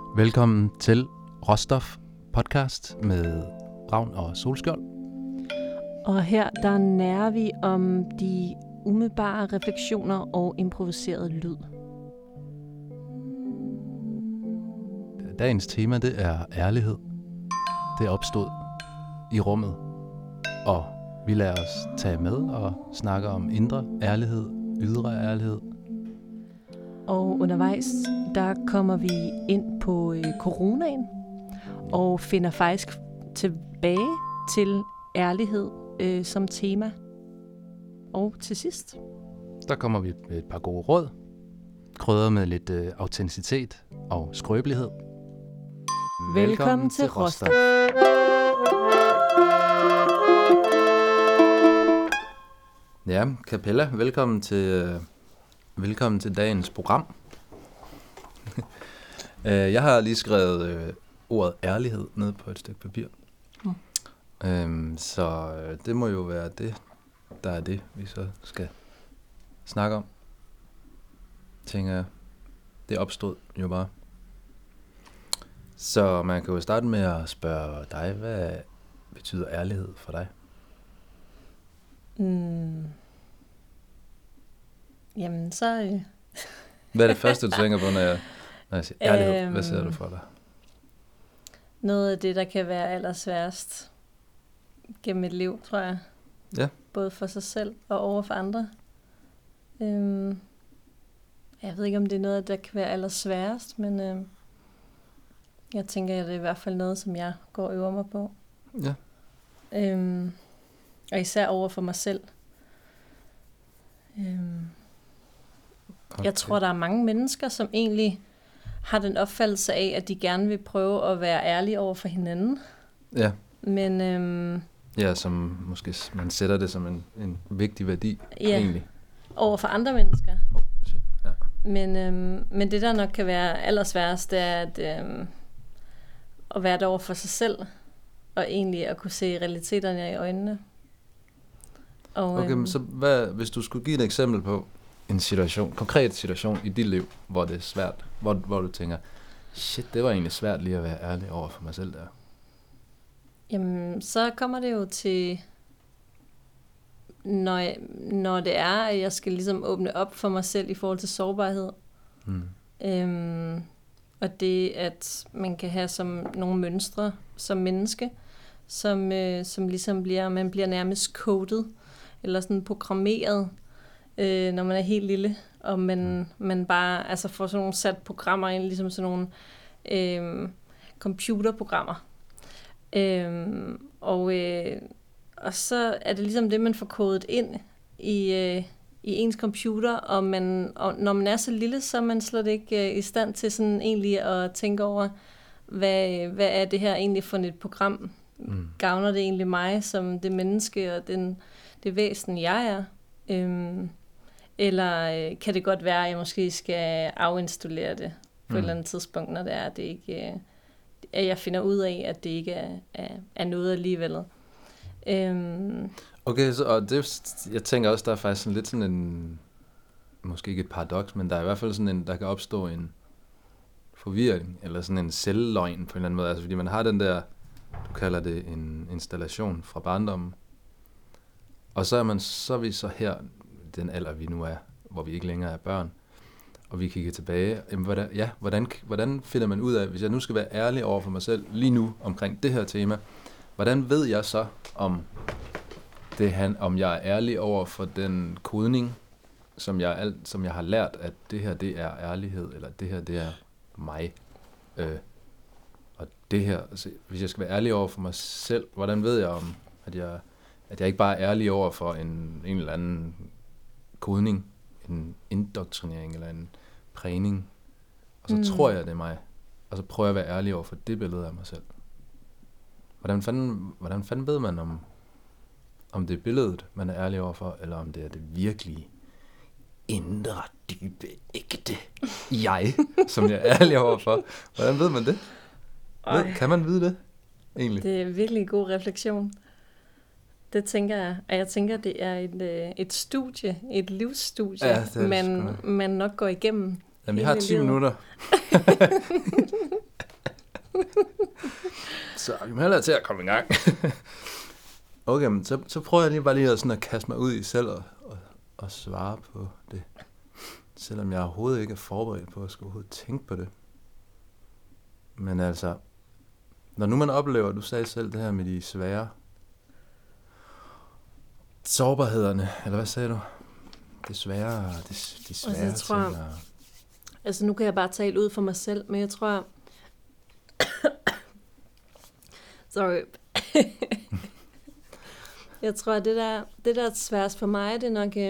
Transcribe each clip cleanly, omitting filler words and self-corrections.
Velkommen til Råstof podcast med Ravn og Solskjold. Og her der nærer vi om de umiddelbare refleksioner og improviseret lyd. Dagens tema, det er ærlighed. Det opstod i rummet, og vi lader os tage med og snakke om indre ærlighed, ydre ærlighed. Og undervejs, der kommer vi ind på coronaen og finder faktisk tilbage til ærlighed som tema. Og til sidst, der kommer vi med et par gode råd, krydret med lidt autenticitet og skrøbelighed. Velkommen til Råstof. Ja, Capella, velkommen til dagens program. Jeg har lige skrevet ordet ærlighed ned på et stykke papir. Så det må jo være det, der er det, vi så skal snakke om. Tænker jeg, det opstod jo bare. Så man kan jo starte med at spørge dig, hvad betyder ærlighed for dig? Jamen, så... Hvad er det første, du tænker på, når jeg siger ærlighed? Hvad ser du for dig? Noget af det, der kan være allersværest gennem et liv, tror jeg. Ja. Både for sig selv og over for andre. Jeg ved ikke, om det er noget, der kan være allersværest, men jeg tænker, at det er i hvert fald noget, som jeg går og øver mig på. Ja. Og især over for mig selv. Okay. Jeg tror, der er mange mennesker, som egentlig har den opfattelse af, at de gerne vil prøve at være ærlige over for hinanden. Ja. Men ja, som måske man sætter det som en vigtig værdi, egentlig. Over for andre mennesker. Shit. Ja. Men det, der nok kan være allersværest, det er at være der over for sig selv, og egentlig at kunne se realiteterne i øjnene. Og, okay, så hvis du skulle give et eksempel på en konkret situation i dit liv, hvor det er svært, hvor du tænker, shit, det var egentlig svært lige at være ærlig over for mig selv der. Jamen, så kommer det jo til, når det er, at jeg skal ligesom åbne op for mig selv i forhold til sårbarhed. Og det, at man kan have som nogle mønstre som menneske, som ligesom man bliver nærmest coded, eller sådan programmeret, når man er helt lille, og man bare får sådan nogle sat programmer ind, ligesom sådan nogle computerprogrammer. Og så er det ligesom det, man får kodet ind i ens computer, og når man er så lille, så er man slet ikke i stand til sådan egentlig at tænke over, hvad er det her egentlig for et program? Gavner det egentlig mig som det menneske og det væsen, jeg er? Eller kan det godt være, at jeg måske skal afinstallere det på et eller andet tidspunkt, når det er, at det ikke, at jeg finder ud af, at det ikke er noget alligevel. Okay, og det, jeg tænker også, der er faktisk lidt sådan en, måske ikke et paradoks, men der er i hvert fald sådan der kan opstå en forvirring, eller sådan en selvløgn på en eller anden måde, altså fordi man har den der, du kalder det en installation fra barndommen, og så er vi så her, den alder vi nu er, hvor vi ikke længere er børn, og vi kigger tilbage, hvordan finder man ud af, hvis jeg nu skal være ærlig over for mig selv, lige nu omkring det her tema, hvordan ved jeg så, om jeg er ærlig over for den kodning, som jeg har lært, at det her, det er ærlighed, eller det her, det er mig. Og det her, altså, hvis jeg skal være ærlig over for mig selv, hvordan ved jeg om, at jeg ikke bare er ærlig over for en eller anden kodning, en indoktrinering, eller en prægning, og så tror jeg, det er mig, og så prøver jeg at være ærlig over for det billede af mig selv. Hvordan fanden ved man, om det er billedet, man er ærlig overfor, eller om det er det virkelige, indre, dybe, ægte jeg, som jeg er ærlig overfor? Hvordan ved man det? Kan man vide det, egentlig? Det er virkelig en god refleksion. Det tænker jeg. Og jeg tænker, det er et studie, et livsstudie, man nok går igennem. Jamen, vi har 10 minutter. Så vi må hellere til at komme i gang. Okay, men så prøver jeg lige at kaste mig ud i selv og svare på det. Selvom jeg overhovedet ikke er forberedt på at skulle overhovedet tænke på det. Men altså, når nu man oplever, du sagde selv det her med de svære sårbarhederne, eller hvad sagde du? Det svære, de svære ting. Altså nu kan jeg bare tale ud for mig selv, men jeg tror... Sorry. Jeg tror, at det der er sværest for mig, det er nok...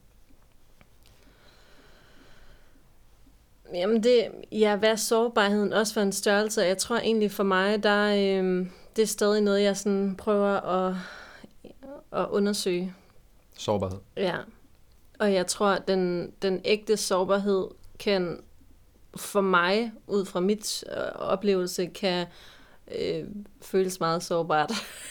hvad er sårbarheden også for en størrelse? Jeg tror egentlig for mig, det er stadig noget, jeg sådan prøver at undersøge. Sårbarhed? Ja. Og jeg tror, at den ægte sårbarhed kan for mig, ud fra mit oplevelse, kan føles meget sårbart.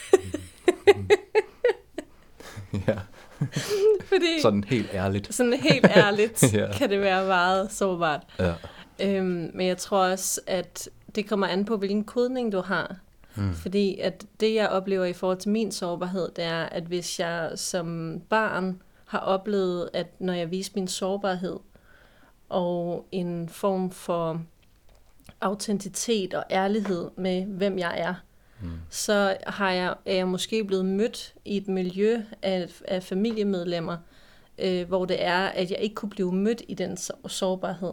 Ja. Fordi, sådan helt ærligt ja. Kan det være meget sårbart. Ja. Men jeg tror også, at det kommer an på, hvilken kodning du har. Fordi at det, jeg oplever i forhold til min sårbarhed, det er, at hvis jeg som barn har oplevet, at når jeg viser min sårbarhed og en form for autenticitet og ærlighed med, hvem jeg er, så er jeg måske blevet mødt i et miljø af familiemedlemmer, hvor det er, at jeg ikke kunne blive mødt i den sårbarhed.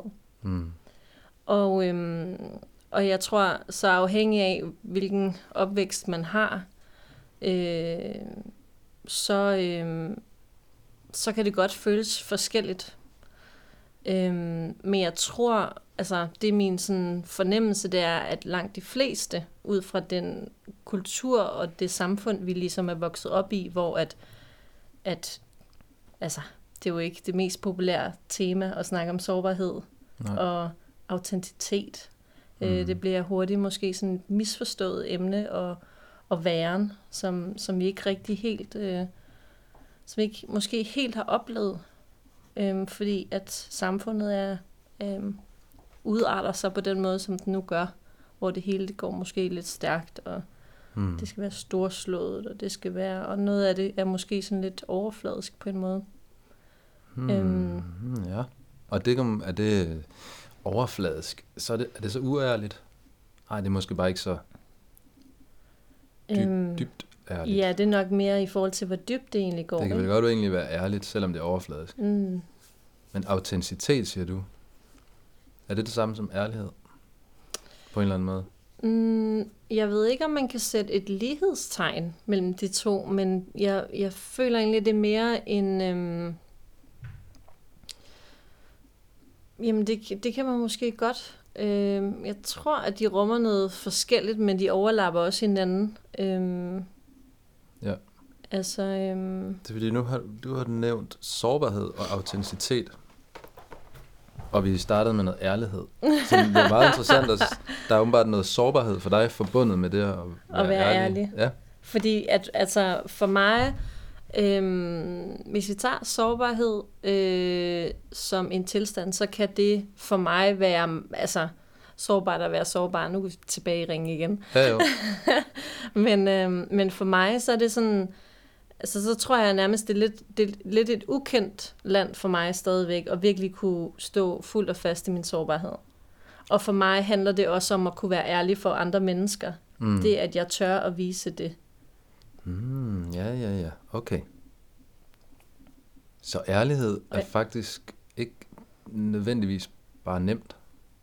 Og jeg tror, så afhængig af, hvilken opvækst man har, så kan det godt føles forskelligt. Men jeg tror, altså det er min sådan fornemmelse, det er, at langt de fleste, ud fra den kultur og det samfund, vi ligesom er vokset op i, hvor at altså, det er jo ikke det mest populære tema at snakke om sårbarhed. Nej. Og autenticitet. Det bliver hurtigt måske sådan et misforstået emne og væren, som vi ikke rigtig helt, som vi ikke måske helt har oplevet, fordi at samfundet er udarter sig på den måde, som det nu gør, hvor det hele det går måske lidt stærkt, og det skal være storslået, og det skal være, og noget af det er måske sådan lidt overfladisk på en måde. Ja, og det er det overfladisk, så er det så uærligt? Nej, det er måske bare ikke så dybt ærligt. Ja, det er nok mere i forhold til, hvor dybt det egentlig går. Det kan vel godt egentlig være ærligt, selvom det er overfladisk. Men autenticitet, siger du, er det samme som ærlighed? På en eller anden måde? Jeg ved ikke, om man kan sætte et lighedstegn mellem de to, men jeg føler egentlig, det er mere en... Jamen, det kan man måske godt. Jeg tror, at de rummer noget forskelligt, men de overlapper også hinanden. Ja. Altså... Det er fordi, du har nævnt sårbarhed og autenticitet. Og vi startede med noget ærlighed. Så det er meget interessant, at der er åbenbart noget sårbarhed for dig forbundet med det at være ærlig. Ja. Fordi at, altså, for mig... hvis vi tager sårbarhed som en tilstand, så kan det for mig være sårbart at være sårbar. Nu er vi tilbage i ringen igen. Ja, jo. men for mig, så er det sådan, altså, så tror jeg nærmest, det er lidt et ukendt land for mig stadigvæk, at virkelig kunne stå fuldt og fast i min sårbarhed. Og for mig handler det også om at kunne være ærlig for andre mennesker. Det, at jeg tør at vise det. Ja. Okay. Så ærlighed er faktisk ikke nødvendigvis bare nemt.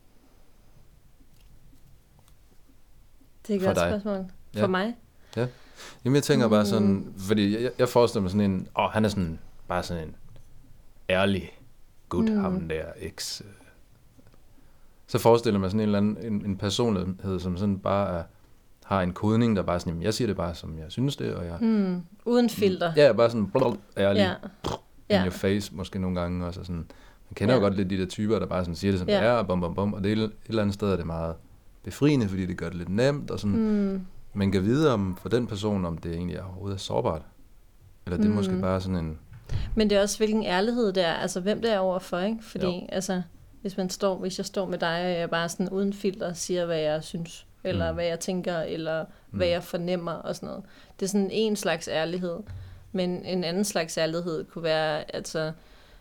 Det er et godt spørgsmål. For mig? Ja. Jamen jeg tænker bare sådan, fordi jeg forestiller mig sådan en, han er sådan, bare sådan en ærlig gut, ham der, eks. Så forestiller jeg mig sådan en eller anden, en personlighed, som sådan bare har en kodning, der bare sådan, jamen, jeg siger det bare, som jeg synes det, og jeg... Uden filter. Ja, bare sådan, ærlig, in your face, måske nogle gange også, sådan. Man kender jo godt lidt de der typer, der bare sådan siger det, som det er, og bum, og det er et eller andet sted er det meget befriende, fordi det gør det lidt nemt, og sådan, man kan vide om, for den person, om det egentlig overhovedet er sårbart, eller det er måske bare sådan en... Men det er også, hvilken ærlighed det er, altså hvem det er overfor, ikke? Fordi, altså, hvis jeg står med dig, og jeg bare sådan uden filter siger, hvad jeg synes, eller hvad jeg tænker, eller hvad jeg fornemmer og sådan noget. Det er sådan en slags ærlighed. Men en anden slags ærlighed kunne være, altså,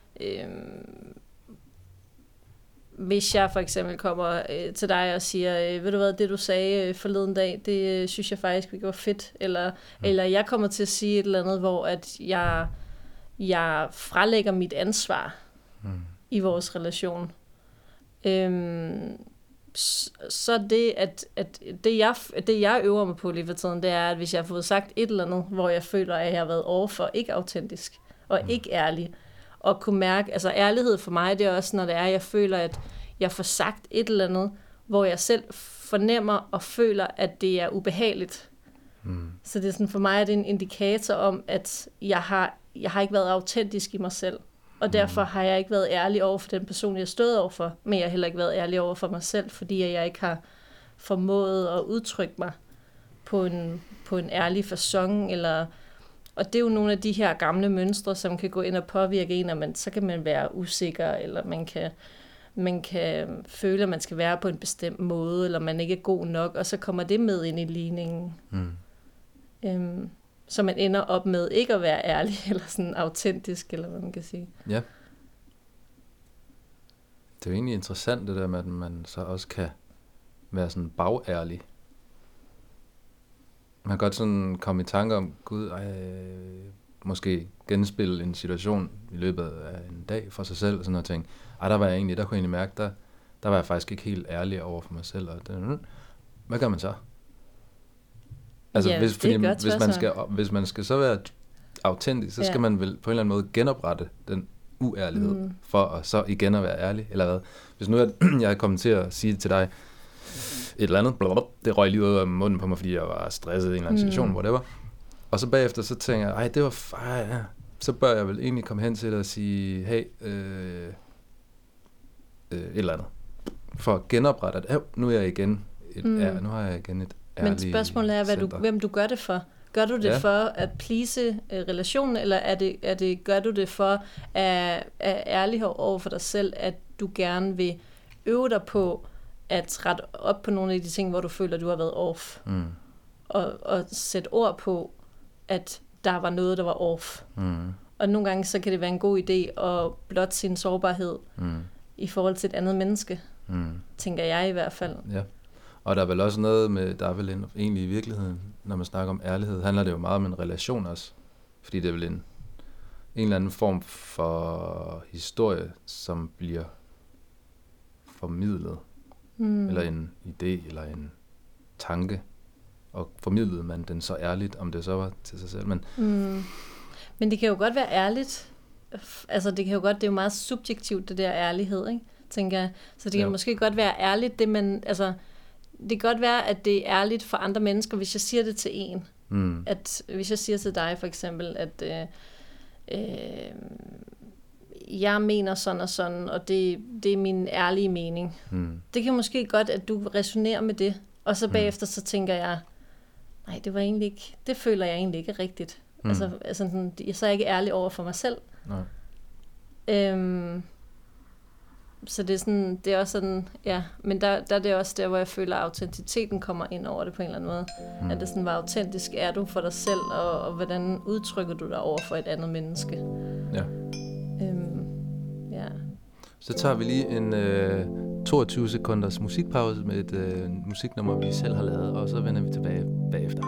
hvis jeg for eksempel kommer til dig og siger, ved du hvad, det du sagde forleden dag, det synes jeg faktisk ikke var fedt, eller jeg kommer til at sige et eller andet, hvor at jeg frelægger mit ansvar i vores relation. Så det, at det jeg øver mig på lige for tiden, det er, at hvis jeg har fået sagt et eller andet, hvor jeg føler, at jeg har været overfor ikke autentisk, og ikke ærlig, og kunne mærke, altså ærlighed for mig, det er også, når det er, jeg føler, at jeg får sagt et eller andet, hvor jeg selv fornemmer og føler, at det er ubehageligt. Så det er sådan, for mig er det en indikator om, at jeg har ikke været autentisk i mig selv. Og derfor har jeg ikke været ærlig over for den person, jeg stod over for, men jeg har heller ikke været ærlig over for mig selv, fordi jeg ikke har formået at udtrykke mig på en ærlig facon, og det er jo nogle af de her gamle mønstre, som kan gå ind og påvirke en, og så kan man være usikker, eller man kan føle, at man skal være på en bestemt måde, eller man ikke er god nok, og så kommer det med ind i ligningen. Så man ender op med ikke at være ærlig, eller sådan autentisk, eller hvad man kan sige. Ja. Det er jo egentlig interessant, det der med, at man så også kan være sådan bagærlig. Man kan godt sådan komme i tanke om, gud, måske genspille en situation i løbet af en dag for sig selv, og sådan noget ting. Der kunne jeg egentlig mærke, der var jeg faktisk ikke helt ærlig over for mig selv. Og hvad gør man så? Altså, hvis man skal så være autentisk, så skal man vel på en eller anden måde genoprette den uærlighed, for at så igen at være ærlig, eller hvad? Hvis nu jeg kommet til at sige det til dig, et eller andet, det røg lige ud af munden på mig, fordi jeg var stresset i en eller anden situation, whatever. Og så bagefter, så tænker jeg, det var så bør jeg vel egentlig komme hen til dig og sige, hey, et eller andet. For at genoprette, at nu er jeg igen nu har jeg igen et ærligt. Men spørgsmålet er, hvem du gør det for. Gør du det for at please relationen, eller gør du det for at ærlighed over for dig selv, at du gerne vil øve dig på at rette op på nogle af de ting, hvor du føler, du har været off. Og sætte ord på, at der var noget, der var off. Og nogle gange, så kan det være en god idé at blotte sin sårbarhed i forhold til et andet menneske. Tænker jeg i hvert fald. Ja. Og der er vel også noget med, der er vel egentlig i virkeligheden, når man snakker om ærlighed, handler det jo meget om en relation også. Fordi det er vel en eller anden form for historie, som bliver formidlet. Eller en idé, eller en tanke. Og formidlede man den så ærligt, om det så var til sig selv. Men det kan jo godt være ærligt. Altså det er jo meget subjektivt, det der ærlighed, ikke? Tænker jeg. Så det kan måske godt være ærligt, det kan godt være, at det er ærligt for andre mennesker, hvis jeg siger det til en. At hvis jeg siger til dig for eksempel, at jeg mener sådan og sådan, og det er min ærlige mening. Det kan måske godt, at du resonerer med det, og så bagefter så tænker jeg, nej, det var egentlig ikke, det føler jeg egentlig ikke rigtigt. Altså sådan, så er jeg ikke ærlig over for mig selv. Så det er sådan, det er også sådan, ja, men der er det også der, hvor jeg føler, at autenticiteten kommer ind over det på en eller anden måde. At det sådan, hvor autentisk er du for dig selv, og hvordan udtrykker du dig over for et andet menneske. Ja. Så tager vi lige en 22 sekunders musikpause med et musiknummer, vi selv har lavet, og så vender vi tilbage bagefter.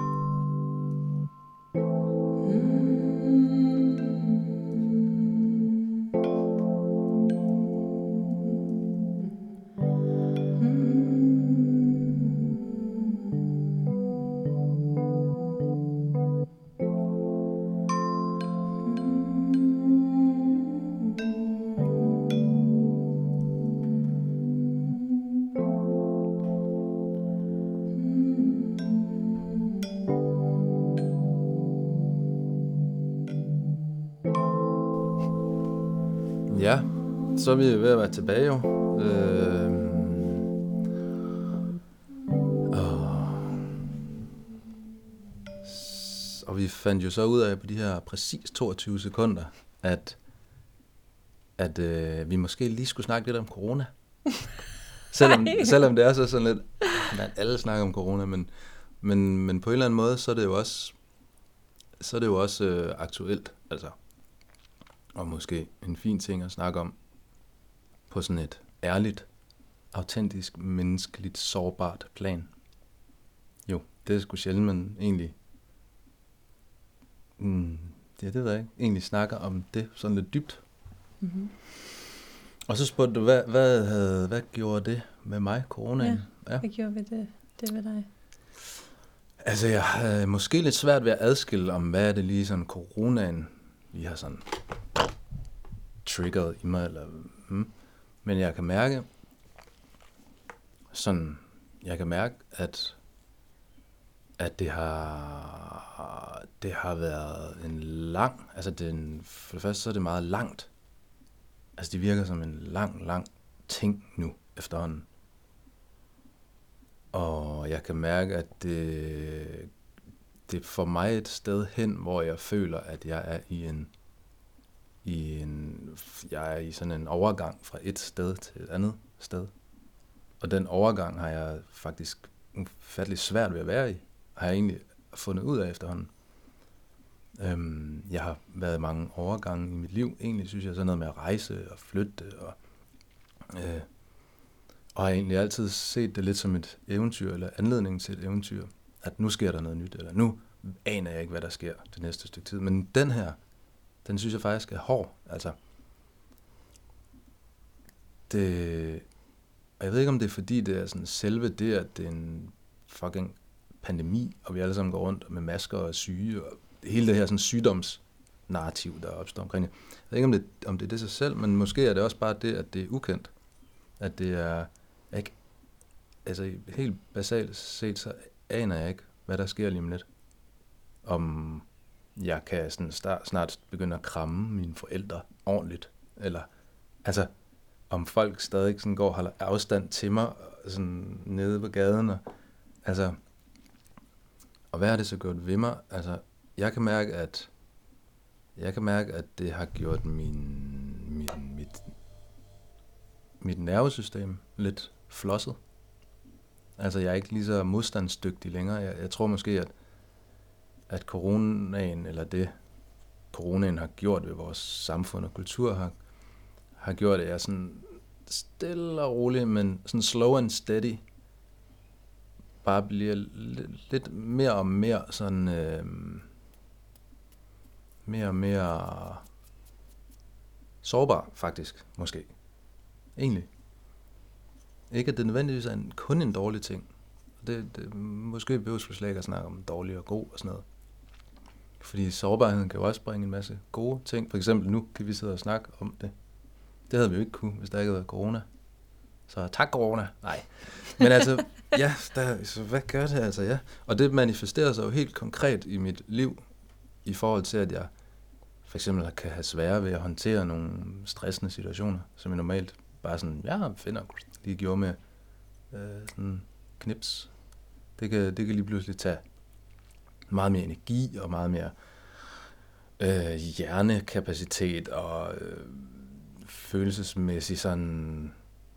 Ja, så er vi ved at være tilbage jo. Og vi fandt jo så ud af på de her præcis 22 sekunder, at vi måske lige skulle snakke lidt om corona. Selvom det er så sådan lidt, alle snakker om corona, men på en eller anden måde, så er det jo også aktuelt, altså. Og måske en fin ting at snakke om på sådan et ærligt, autentisk, menneskeligt, sårbart plan. Jo, det er sgu sjældent, man egentlig det ved jeg ikke, egentlig snakker om det sådan lidt dybt. Mm-hmm. Og så spurgte du, hvad gjorde det med mig, coronaen? Ja, hvad gjorde det ved dig? Altså, jeg havde måske lidt svært ved at adskille om, hvad er det lige sådan coronaen lige har sådan triggeret i mig, eller men jeg kan mærke, at det har været en lang, altså for det første så er det meget langt. Altså det virker som en lang ting nu efterhånden. Og jeg kan mærke, at det får mig et sted hen, hvor jeg føler, at jeg er jeg er i sådan en overgang fra et sted til et andet sted. Og den overgang har jeg faktisk ufattelig svært ved at være i, har jeg egentlig fundet ud af efterhånden. Jeg har været mange overgange i mit liv. Egentlig synes jeg sådan noget med at rejse og flytte og har egentlig altid set det lidt som et eventyr, eller anledning til et eventyr. At nu sker der noget nyt, eller nu aner jeg ikke, hvad der sker det næste stykke tid. Men den her, den synes jeg faktisk er hård. Altså, og jeg ved ikke, om det er fordi, det er sådan selve det, at det er en fucking pandemi, og vi alle sammen går rundt med masker og er syge, og hele det her sådan sygdomsnarrativ, der opstår omkring det. Jeg ved ikke, om det er det sig selv, men måske er det også bare det, at det er ukendt. At det er ikke, altså helt basalt set, så aner jeg ikke, hvad der sker lige om lidt. Om jeg kan sådan snart begynde at kramme mine forældre ordentligt, eller altså om folk stadig sådan går og holder afstand til mig sådan nede på gaden, og altså, og hvad har det så gjort ved mig? Altså, jeg kan mærke, at det har gjort mit nervesystem lidt flosset. Altså, jeg er ikke lige så modstandsdygtig længere. Jeg tror måske, at coronaen, eller det coronaen har gjort ved vores samfund og kultur, har gjort, at jeg sådan stille og roligt, men sådan slow and steady, bare bliver lidt mere og mere sådan, mere og mere sårbar, faktisk, måske. Egentlig. Ikke, at det nødvendigvis er kun en dårlig ting. Det måske behøves vi slet ikke at snakke om dårlig og god og sådan noget. Fordi sårbarheden kan jo også bringe en masse gode ting. For eksempel nu kan vi sidde og snakke om det. Det havde vi jo ikke kunne, hvis der ikke havde været corona. Så tak corona. Nej. Men altså, ja, så hvad gør det altså, ja. Og det manifesterer sig jo helt konkret i mit liv, i forhold til, at jeg for eksempel kan have svære ved at håndtere nogle stressende situationer, som jeg normalt bare sådan, lige gjorde med sådan knips. Det kan lige pludselig tage meget mere energi og meget mere hjernekapacitet og følelsesmæssig sådan,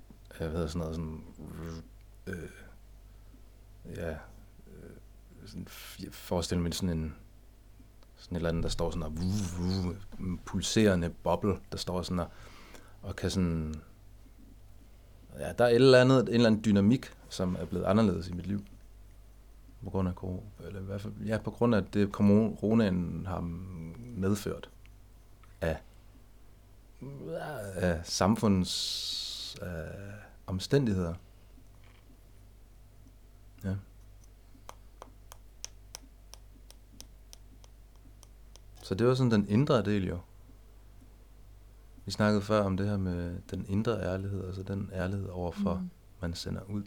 forestil mig sådan en eller anden, der står sådan en pulserende boble, der står sådan og kan sådan, ja, der er en eller anden dynamik, som er blevet anderledes i mit liv. På grund af eller i hvert fald, ja, på grund af det coronaen har medført af samfundets omstændigheder. Ja. Så det var sådan den indre del jo. Vi snakkede før om det her med den indre ærlighed, altså den ærlighed overfor, man sender ud.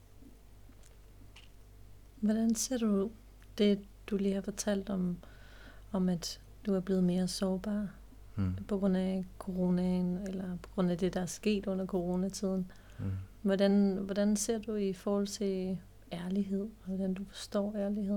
Hvordan ser du det, du lige har fortalt om at du er blevet mere sårbar på grund af coronaen, eller på grund af det, der er sket under coronatiden? Hvordan ser du i forhold til ærlighed, og hvordan du forstår ærlighed?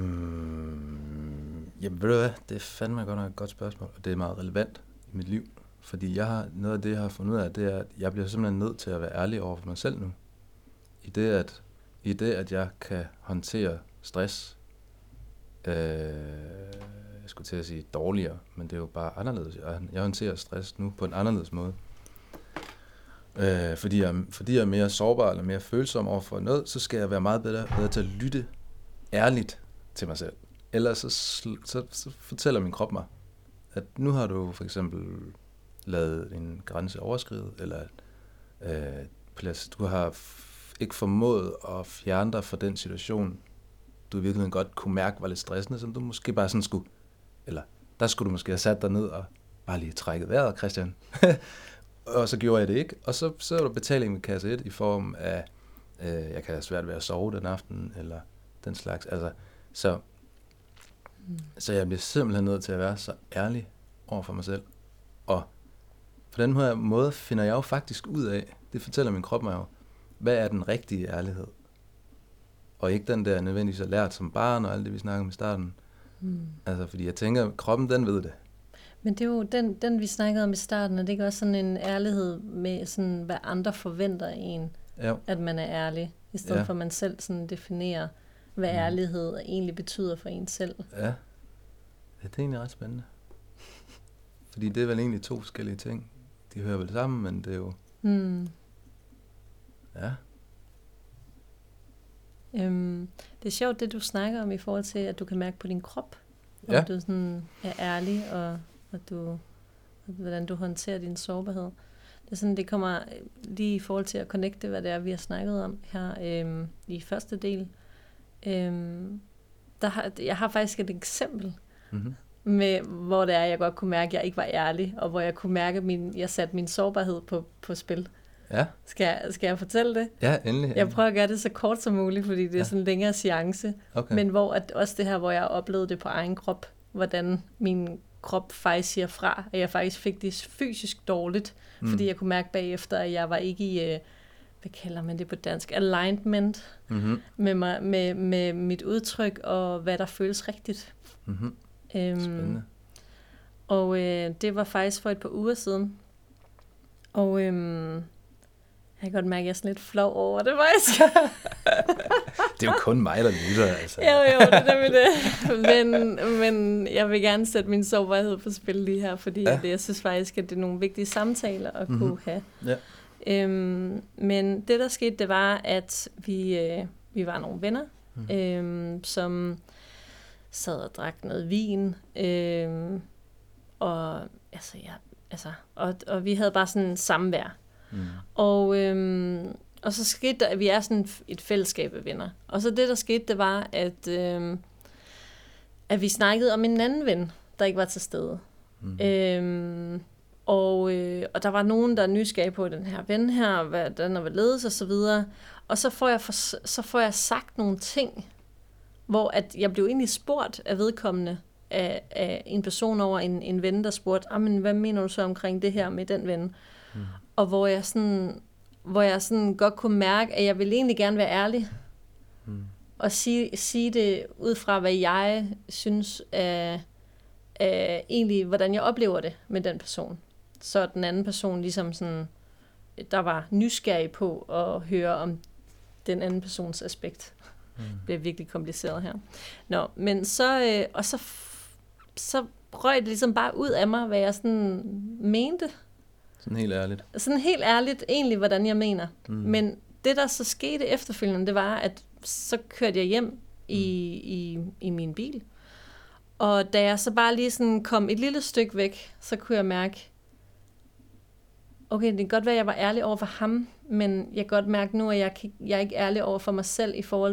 Jamen ved du hvad, det er fandme godt nok et godt spørgsmål, og det er meget relevant i mit liv. Fordi noget af det, jeg har fundet ud af, det er, at jeg bliver simpelthen nødt til at være ærlig over for mig selv nu. I det, at jeg kan håndtere stress, jeg skulle til at sige dårligere, men det er jo bare anderledes. Jeg håndterer stress nu på en anderledes måde. Fordi jeg er mere sårbar eller mere følsom over for noget, så skal jeg være meget bedre til at lytte ærligt til mig selv. Ellers så fortæller min krop mig, at nu har du for eksempel lavet en grænse overskridet, eller du har ikke formået at fjerne dig fra den situation, du i virkeligheden godt kunne mærke var lidt stressende, som du måske bare sådan skulle, eller der skulle du måske have sat dig ned og bare lige trækket vejret, Christian. Og så gjorde jeg det ikke. Og så er der betaling med kasse 1 i form af, jeg kan have svært ved at sove den aften, eller den slags. Altså, så jeg bliver simpelthen nødt til at være så ærlig over for mig selv. Og på den her måde finder jeg jo faktisk ud af, det fortæller min krop mig jo, hvad er den rigtige ærlighed? Og ikke den der nødvendigvis er lært som barn, og alt det vi snakker om i starten. Altså, fordi jeg tænker, kroppen den ved det. Men det er jo den vi snakkede om i starten, og det er ikke også sådan en ærlighed med, sådan, hvad andre forventer af en, at man er ærlig, i stedet for at man selv sådan definerer, hvad ærlighed egentlig betyder for en selv. Ja, det er egentlig ret spændende. Fordi det er vel egentlig 2 forskellige ting. De hører vel sammen, men det er jo... Ja. Det er sjovt, det du snakker om i forhold til, at du kan mærke på din krop, om du sådan er ærlig, og hvordan du håndterer din sårbarhed. Det er sådan, det kommer lige i forhold til at connecte, hvad det er, vi har snakket om her i første del. Jeg har faktisk et eksempel, med, hvor det er, jeg godt kunne mærke, at jeg ikke var ærlig, og hvor jeg kunne mærke, at jeg satte min sårbarhed på spil. Ja. Skal jeg fortælle det? Ja, endelig. Jeg prøver at gøre det så kort som muligt, fordi det er sådan en længere seance. Okay. Men hvor at også det her, hvor jeg oplevede det på egen krop, hvordan min krop faktisk siger fra, at jeg faktisk fik det fysisk dårligt, fordi jeg kunne mærke bagefter, at jeg var ikke i, hvad kalder man det på dansk, alignment med mit udtryk, og hvad der føles rigtigt. Spændende. Og det var faktisk for et par uger siden. Og jeg kan godt mærke, at jeg er sådan lidt flov over det, faktisk. Det er jo kun mig, der lytter, altså. Jo, det er nemlig det. Men jeg vil gerne sætte min sårbarhed på spil lige her, fordi jeg synes faktisk, at det er nogle vigtige samtaler at kunne have. Ja. Men det, der skete, det var, at vi var nogle venner, som sad og drak noget vin, og og vi havde bare sådan samvær. Og så skete der, at vi er sådan et fællesskab af venner. Og så det, der skete, det var, at vi snakkede om en anden ven, der ikke var til stede. Og der var nogen, der er nysgerrige på den her ven her, hvordan der var ledes og så videre. Og så får jeg sagt nogle ting, hvor at jeg blev egentlig spurgt af vedkommende, af en person over en ven, der spurgte, men hvad mener du så omkring det her med den ven? Og hvor jeg sådan godt kunne mærke, at jeg ville egentlig gerne være ærlig, og sige det ud fra, hvad jeg synes er egentlig, hvordan jeg oplever det med den person. Så den anden person ligesom sådan, der var nysgerrig på at høre om den anden persons aspekt. Det bliver virkelig kompliceret her. Men så røg det ligesom bare ud af mig, hvad jeg sådan mente. Sådan helt ærligt. Sådan helt ærligt egentlig, hvordan jeg mener. Men det, der så skete efterfølgende, det var, at så kørte jeg hjem i min bil. Og da jeg så bare lige sådan kom et lille stykke væk, så kunne jeg mærke, okay, det kan godt være, at jeg var ærlig over for ham, men jeg kan godt mærke nu, at jeg er ikke ærlig over for mig selv i forhold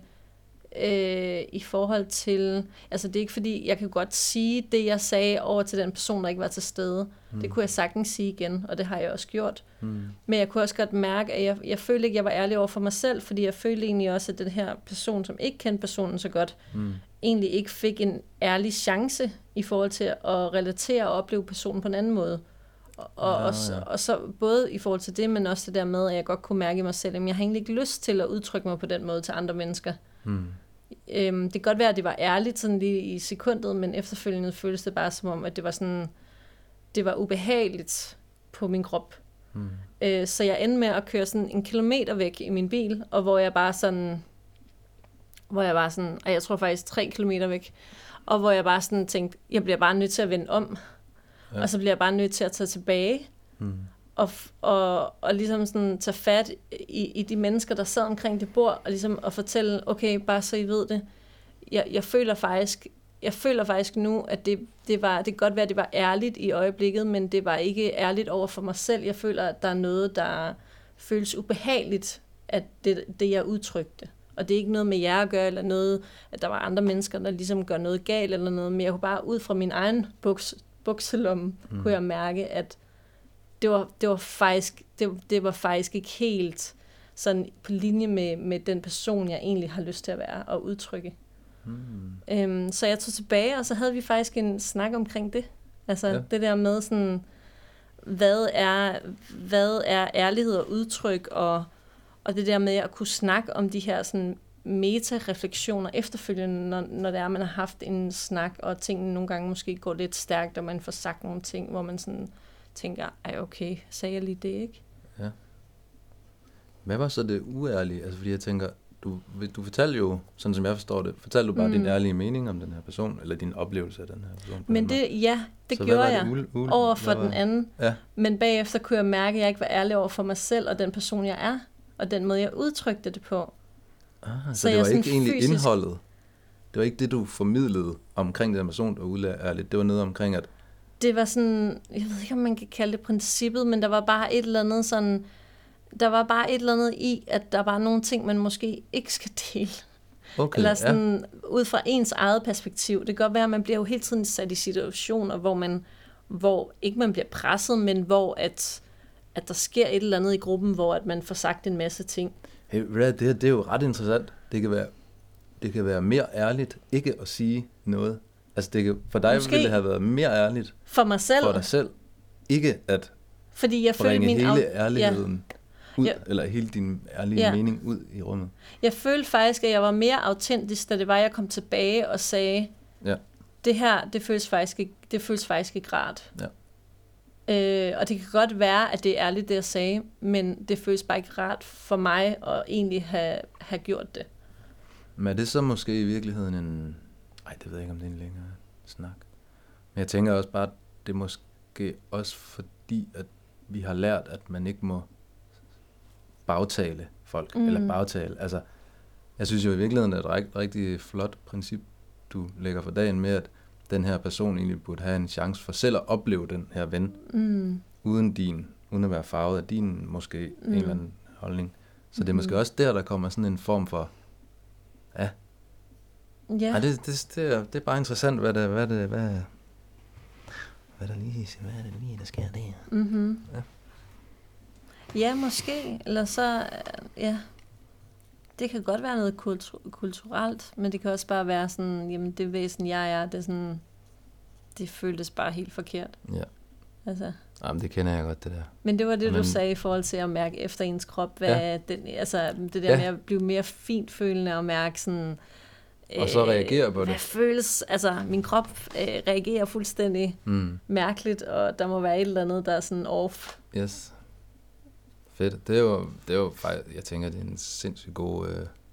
til, altså det er ikke fordi, jeg kan godt sige det, jeg sagde over til den person, der ikke var til stede. Det kunne jeg sagtens sige igen, og det har jeg også gjort. Men jeg kunne også godt mærke, at jeg følte ikke, at jeg var ærlig over for mig selv, fordi jeg følte egentlig også, at den her person, som ikke kendte personen så godt, egentlig ikke fik en ærlig chance i forhold til at relatere og opleve personen på en anden måde. Og så både i forhold til det, men også det der med, at jeg godt kunne mærke i mig selv, at jeg har egentlig ikke lyst til at udtrykke mig på den måde til andre mennesker. Det kan godt være, at det var ærligt sådan lige i sekundet, men efterfølgende føltes det bare som om, at det var sådan, det var ubehageligt på min krop. Så jeg endte med at køre sådan 1 kilometer væk i min bil, og hvor jeg bare sådan, og jeg tror faktisk 3 kilometer væk, og hvor jeg bare sådan tænkte, jeg bliver bare nødt til at vende om, og så bliver jeg bare nødt til at tage tilbage, og ligesom sådan tage fat i de mennesker, der sad omkring det bord, og ligesom at fortælle, okay, bare så I ved det, jeg føler faktisk nu, at det kan godt være, at det var ærligt i øjeblikket, men det var ikke ærligt over for mig selv. Jeg føler, at der er noget, der føles ubehageligt, at det jeg udtrykte. Og det er ikke noget med jer at gøre, eller noget, at der var andre mennesker, der ligesom gør noget galt, eller noget, men jeg kunne bare ud fra min egen bukselomme, kunne jeg mærke, at det var faktisk ikke helt sådan på linje med den person, jeg egentlig har lyst til at være og udtrykke. Så jeg tog tilbage, og så havde vi faktisk en snak omkring det. Altså det der med sådan, hvad er ærlighed og udtryk, og det der med at kunne snakke om de her sådan meta-refleksioner efterfølgende, når det er, man har haft en snak, og tingene nogle gange måske går lidt stærkt, og man får sagt nogle ting, hvor man sådan tænker, ej okay, sagde jeg lige det, ikke? Ja. Hvad var så det uærlige? Altså fordi jeg tænker, du fortalte jo, sådan som jeg forstår det, fortalte du bare din ærlige mening om den her person, eller din oplevelse af den her person? Men det gjorde jeg over for den anden. Ja. Men bagefter kunne jeg mærke, at jeg ikke var ærlig over for mig selv, og den person, jeg er, og den måde, jeg udtrykte det på. Så det var ikke egentlig indholdet? Det var ikke det, du formidlede omkring den person, der var ærligt? Det var noget omkring, at... Det var sådan, jeg ved ikke, om man kan kalde det princippet, men der var bare et eller andet sådan... Der var bare et eller andet i, at der var nogle ting, man måske ikke skal dele. Okay, eller sådan, ud fra ens eget perspektiv. Det kan godt være, at man bliver jo hele tiden sat i situationer, hvor ikke man bliver presset, men hvor at der sker et eller andet i gruppen, hvor at man får sagt en masse ting. Hey, det er jo ret interessant. Det kan være mere ærligt ikke at sige noget. Altså for dig måske ville det have været mere ærligt. For mig selv. For dig selv. Ikke at fordi jeg følte min hele ærligheden ud, eller hele din ærlige mening ud i rummet. Jeg følte faktisk, at jeg var mere autentisk, da det var, jeg kom tilbage og sagde, det her, det føles faktisk ikke rart. Ja. Og det kan godt være, at det er ærligt, det jeg sagde, men det føles bare ikke rart for mig at egentlig have gjort det. Men er det så måske i virkeligheden en... Ej, det ved jeg ikke, om det er en længere snak. Men jeg tænker også bare, at det er måske også fordi, at vi har lært, at man ikke må bagtale folk, eller bagtale. Altså, jeg synes jo i virkeligheden, at det er et rigtig flot princip, du lægger for dagen med, at den her person egentlig burde have en chance for selv at opleve den her ven, uden at være farvet af din, måske en eller anden holdning. Så det er måske også der kommer sådan en form for, ej, det er bare interessant, hvad er det lige, der sker der. Mm-hmm. Ja, måske. Eller så, det kan godt være noget kulturelt, men det kan også bare være sådan, jamen det væsen, jeg er, det er sådan, det føltes bare helt forkert. Ja. Altså. Jamen, det kender jeg godt, det der. Men det var det, du sagde i forhold til at mærke efter ens krop, hvad det der med at blive mere fintfølende og mærke sådan... Og så reagere på det. Hvad føles... Altså, min krop reagerer fuldstændig mærkeligt, og der må være et eller andet, der er sådan off. Yes. Fedt. Det er jo faktisk... Jeg tænker, det er en sindssygt god...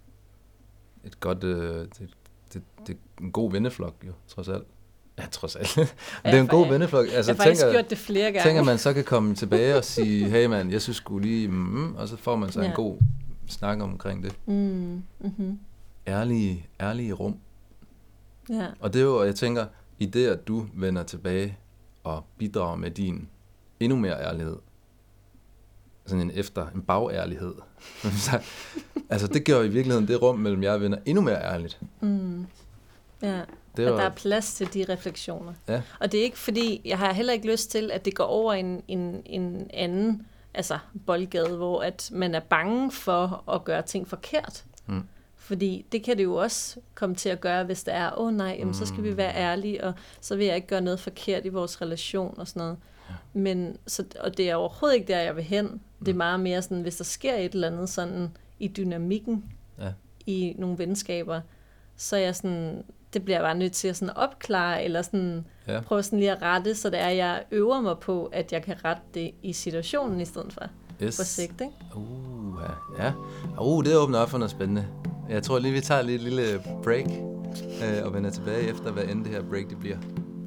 Det er en god venneflok, jo, trods alt. Ja, trods alt. Det er en god venneflok. Altså, jeg har faktisk gjort det flere gange. Tænker man så kan komme tilbage og sige, hey man, jeg synes sgu lige, og så får man så en god snak omkring det. Mm-hmm. Ærlige rum. Ja. Og det er jo, jeg tænker, i det, at du vender tilbage og bidrager med din endnu mere ærlighed, sådan en bagærlighed. Altså, det gør i virkeligheden det rum mellem jer og venner endnu mere ærligt. Ja. At der er plads til de refleksioner. Ja. Og det er ikke fordi, jeg har heller ikke lyst til, at det går over en anden boldgade, hvor at man er bange for at gøre ting forkert. Fordi det kan det jo også komme til at gøre, hvis det er, så skal vi være ærlige, og så vil jeg ikke gøre noget forkert i vores relation og sådan noget. Ja. Men, og det er overhovedet ikke der, jeg vil hen. Det er meget mere sådan, hvis der sker et eller andet sådan i dynamikken i nogle venskaber, så er jeg sådan... det bliver jeg bare nødt til at sådan opklare, eller sådan prøve sådan lige at rette, så det er, at jeg øver mig på, at jeg kan rette det i situationen i stedet for på sigt, ikke? Ja. Det åbner op for noget spændende. Jeg tror lige, vi tager lige et lille break, og vender tilbage efter, hvad end det her break det bliver.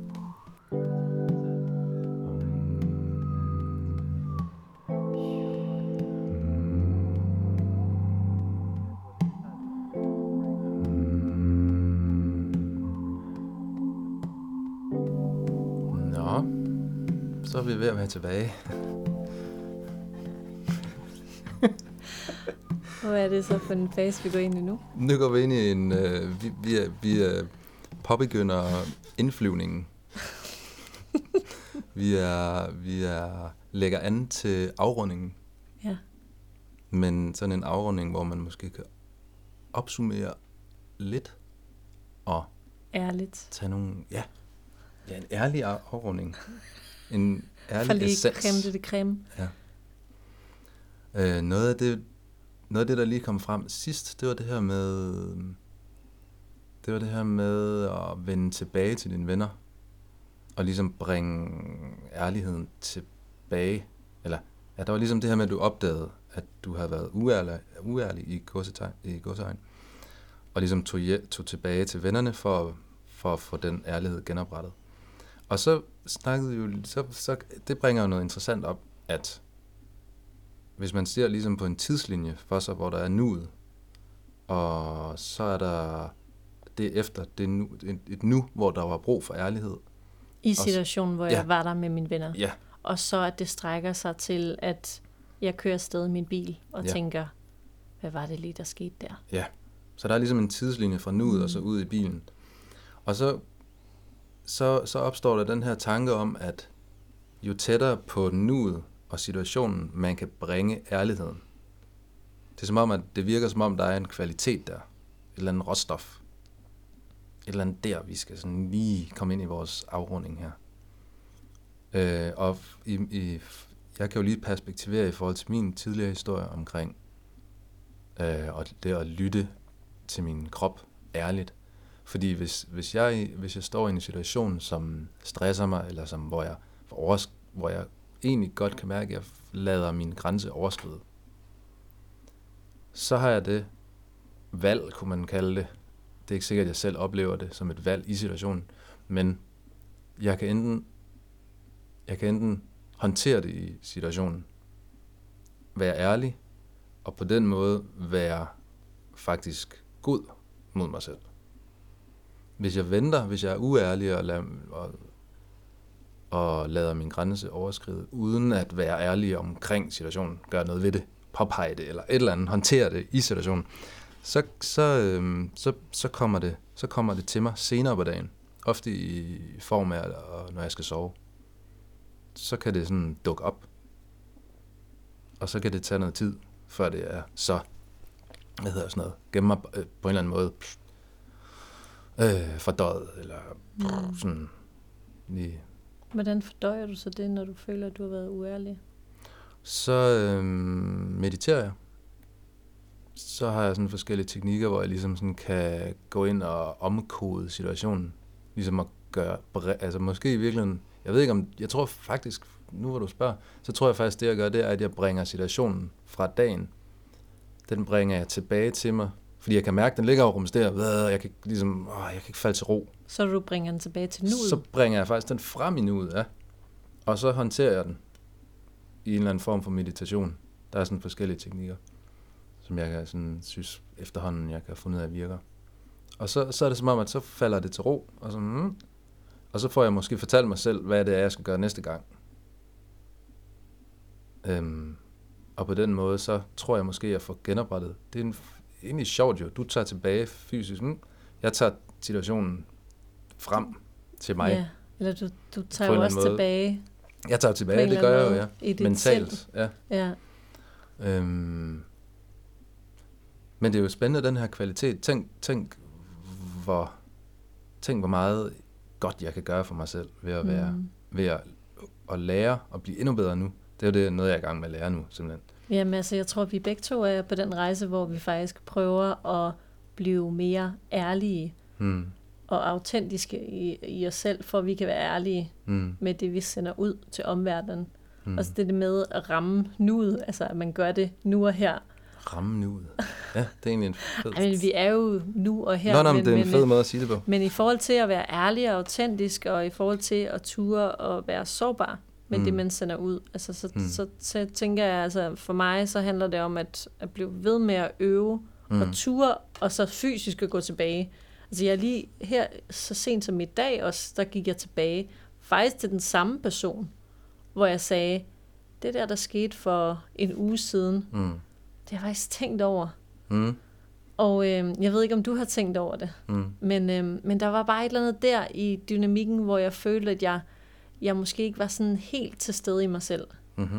Så er vi ved at være tilbage. Hvad er det så for en fase, vi går ind i nu? Nu går vi ind i en... Vi påbegynder indflyvningen. vi lægger an til afrundingen. Ja. Men sådan en afrunding, hvor man måske kan opsummere lidt og... Ærligt. Tage nogle... Ja, en ærlig afrunding. En ærlig essens. Creme de creme. Ja. Noget af det, der lige kom frem sidst, det var det her med at vende tilbage til dine venner, og ligesom bringe ærligheden tilbage. Eller, ja, der var ligesom det her med, at du opdagede, at du havde været uærlig i gåsetegn, og ligesom tog tilbage til vennerne for at få den ærlighed genoprettet. Og så snakkede vi jo, så det bringer jo noget interessant op, at hvis man ser ligesom på en tidslinje for sig, hvor der er nuet, og så er der det efter det nu, et nu, hvor der var brug for ærlighed. I situationen, hvor jeg var der med mine venner. Ja. Og så at det strækker sig til, at jeg kører afsted i min bil og tænker, hvad var det lige, der skete der? Ja, så der er ligesom en tidslinje fra nuet og så ud i bilen. Og så opstår der den her tanke om, at jo tættere på nuet og situationen, man kan bringe ærligheden. Det er som om, at det virker som om, der er en kvalitet der. Et eller andet råstof. Et eller andet der, vi skal sådan lige komme ind i vores afrunding her. Og jeg kan jo lige perspektivere i forhold til min tidligere historie omkring og det at lytte til min krop ærligt. Fordi hvis jeg står i en situation, som stresser mig, eller som, hvor jeg egentlig godt kan mærke, at jeg lader min grænse overskride, så har jeg det valg, kunne man kalde det. Det er ikke sikkert, at jeg selv oplever det som et valg i situationen, men jeg kan enten håndtere det i situationen, være ærlig, og på den måde være faktisk god mod mig selv. Hvis jeg venter, hvis jeg er uærlig og lader min grænse overskride, uden at være ærlig omkring situationen, gøre noget ved det, påpege det, eller et eller andet, håndtere det i situationen, så kommer det til mig senere på dagen. Ofte i form af, når jeg skal sove. Så kan det sådan dukke op. Og så kan det tage noget tid, før det er så, gemme mig på en eller anden måde, fordøjet, eller sådan lige. Hvordan fordøjer du så det, når du føler, at du har været uærlig? Så mediterer jeg. Så har jeg sådan forskellige teknikker, hvor jeg ligesom sådan kan gå ind og omkode situationen. Ligesom at gøre, altså måske i virkeligheden, jeg tror faktisk, nu hvor du spørger, så tror jeg faktisk, det jeg gør, det er, at jeg bringer situationen fra dagen. Den bringer jeg tilbage til mig, fordi jeg kan mærke, at den ligger og rumsterer, jeg kan ikke falde til ro. Så du bringer den tilbage til nuet? Så bringer jeg faktisk den frem i nuet, ja. Og så håndterer jeg den i en eller anden form for meditation. Der er sådan forskellige teknikker, som jeg kan sådan synes efterhånden, jeg kan have fundet af virker. Og så er det som om, at så falder det til ro, og så får jeg måske fortalt mig selv, hvad det er, jeg skal gøre næste gang. Og på den måde, så tror jeg måske, at jeg får genoprettet. Det er egentlig sjovt jo. Du tager tilbage fysisk. Jeg tager situationen frem til mig. Ja, eller du tager jo også tilbage. Jeg tager tilbage, det gør jeg jo, ja. Mentalt. Ja. Men det er jo spændende, den her kvalitet. Tænk hvor meget godt jeg kan gøre for mig selv ved at lære og blive endnu bedre nu. Det er jo noget, jeg er i gang med at lære nu, simpelthen. Jamen altså, jeg tror, vi begge to er på den rejse, hvor vi faktisk prøver at blive mere ærlige. og autentiske i os selv, for at vi kan være ærlige med det, vi sender ud til omverdenen. Og så det med at ramme nuet, altså at man gør det nu og her. Ramme nuet. Ja, det er egentlig en fed... Men vi er jo nu og her. Nå, det er en fed måde at sige det på. Men i forhold til at være ærlig og autentisk, og i forhold til at ture og være sårbar med det, man sender ud, altså, så tænker jeg, altså for mig, så handler det om at blive ved med at øve og ture, og så fysisk at gå tilbage. Altså jeg lige her, så sent som i dag også, der gik jeg tilbage, faktisk til den samme person, hvor jeg sagde, det der skete for en uge siden, det har jeg faktisk tænkt over. Og jeg ved ikke, om du har tænkt over det, men der var bare et eller andet der i dynamikken, hvor jeg følte, at jeg måske ikke var sådan helt til stede i mig selv.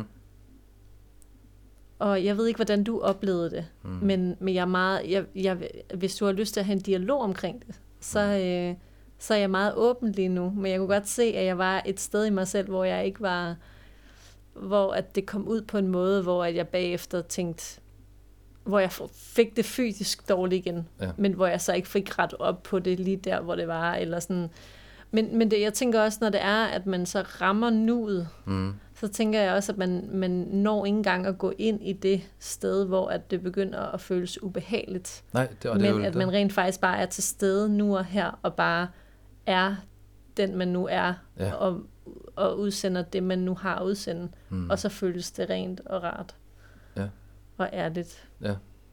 Og jeg ved ikke, hvordan du oplevede det, men jeg er meget, hvis du har lyst til at have en dialog omkring det, så er jeg meget åben lige nu, men jeg kunne godt se, at jeg var et sted i mig selv, hvor jeg ikke var, hvor at det kom ud på en måde, hvor at jeg bagefter tænkte, hvor jeg fik det fysisk dårligt igen, men hvor jeg så ikke fik ret op på det lige der, hvor det var, eller sådan. Men det, jeg tænker også, når det er, at man så rammer nuet, så tænker jeg også, at man når ikke engang at gå ind i det sted, hvor at det begynder at føles ubehageligt. Nej, men at man rent faktisk bare er til stede nu og her, og bare er den, man nu er, og udsender det, man nu har udsendt. Og så føles det rent og rart. Ja. Og ærligt. Ja.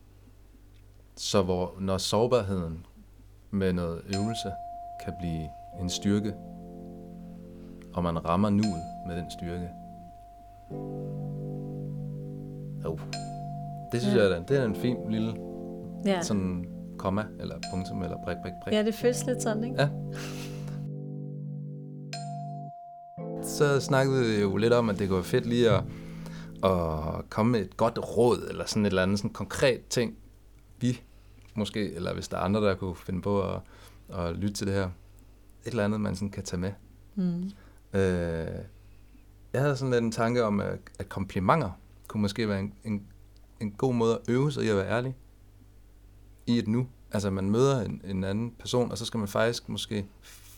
Så når sårbarheden med noget øvelse kan blive en styrke, og man rammer nuet med den styrke. Det synes jeg, det er en fin lille sådan komma, eller punktum, eller prik. Ja, det føles lidt sådan, ikke? Ja. Så snakkede vi jo lidt om, at det kunne være fedt lige at komme med et godt råd, eller sådan et eller andet sådan konkret ting, vi måske, eller hvis der er andre, der kunne finde på at lytte til det her, et eller andet, man sådan kan tage med. Jeg havde sådan lidt en tanke om, at komplimenter kunne måske være en god måde at øve sig i at være ærlig i et nu. Altså man møder en anden person, og så skal man faktisk måske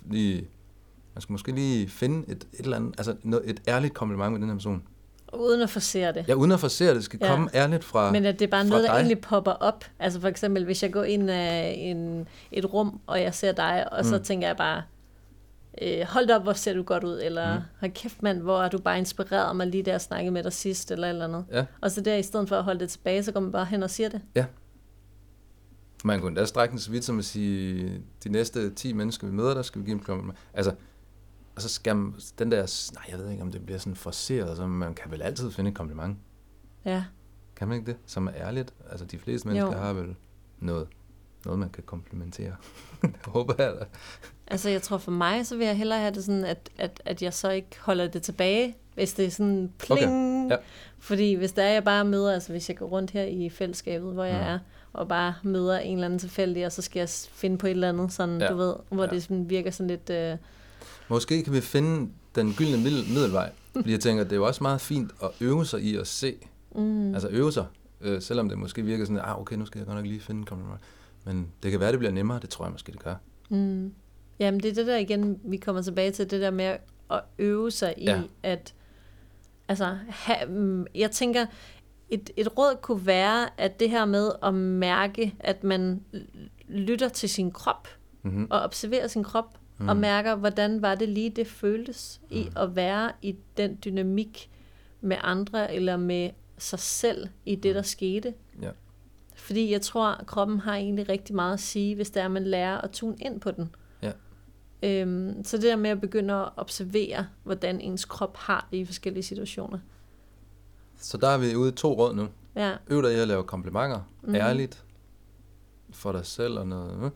lige finde et eller andet, altså et ærligt kompliment med den her person. Uden at forsere det. Ja, uden at forsere det. skal komme ærligt fra. Men at det er bare noget, der dig. egentlig popper op. Altså for eksempel, hvis jeg går ind i et rum, og jeg ser dig, og så tænker jeg bare, hold op, hvor ser du godt ud, eller hold kæft mand, hvor er du bare inspireret mig lige der at snakke med dig sidst, eller andet. Ja. Og så der, i stedet for at holde det tilbage, så går man bare hen og siger det. Ja. Man kunne da strække den så vidt som at sige, de næste 10 mennesker, vi møder, der skal vi give en kompliment. Altså, og så skal man, den der, jeg ved ikke, om det bliver sådan forceret, så man kan vel altid finde et kompliment. Ja. Kan man ikke det? Som er ærligt. Altså, de fleste mennesker har vel noget, man kan komplimentere. Det håber jeg da. Altså, jeg tror for mig, så vil jeg hellere have det sådan, at jeg så ikke holder det tilbage, hvis det er sådan pling. Okay. Ja. Fordi hvis der er, jeg bare møder, altså hvis jeg går rundt her i fællesskabet, hvor jeg er, og bare møder en eller anden tilfældig, og så skal jeg finde på et eller andet, sådan, du ved, hvor det sådan virker sådan lidt... Måske kan vi finde den gyldne middelvej, fordi jeg tænker, det er jo også meget fint at øve sig i at se. Altså øve sig, selvom det måske virker sådan, okay, nu skal jeg godt nok lige finde en kompliment. Men det kan være, det bliver nemmere, det tror jeg måske, det gør. Jamen det er det der igen, vi kommer tilbage til, det der med at øve sig i, at altså, jeg tænker, et råd kunne være, at det her med at mærke, at man lytter til sin krop, og observerer sin krop, og mærker, hvordan var det lige, det føltes i at være i den dynamik med andre, eller med sig selv i det, der skete. Ja. Fordi jeg tror, at kroppen har egentlig rigtig meget at sige, hvis det er, at man lærer at tune ind på den. Ja. Så det der med at begynde at observere, hvordan ens krop har det i forskellige situationer. Så der er vi ude i 2 råd nu. Ja. Øv dig i at lave komplimenter, ærligt, for dig selv og noget.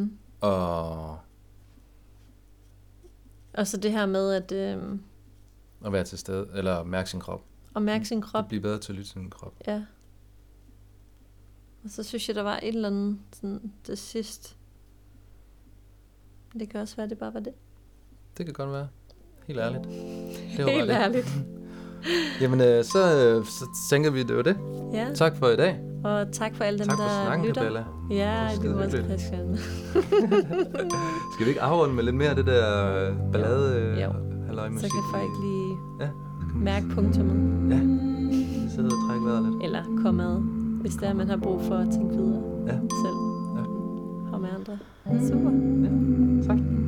Og så det her med at... at være til stede, eller mærke sin krop. Og mærke sin krop. Blive bedre til at lytte til sin krop. Ja. Og så synes jeg, der var et eller andet sådan det sidste. Det kan også være, det bare var det. Det kan godt være. Helt ærligt. Helt ærligt. Jamen, så tænker vi, det var det. Ja. Tak for i dag. Og tak for alle dem, tak for der snakken, lytter. Bella. Ja, Det det var var også hyggeligt. Christian. Skal vi ikke afrunde med lidt mere af det der ballade? Jo. Halløj-musik? Så kan folk lige Ja. mærke punktummet. Ja, sidde og trække vejret lidt. Eller komme ad, hvis det er, man har brug for at tænke videre Ja. selv. Ja. Og med andre. Super. Ja, tak.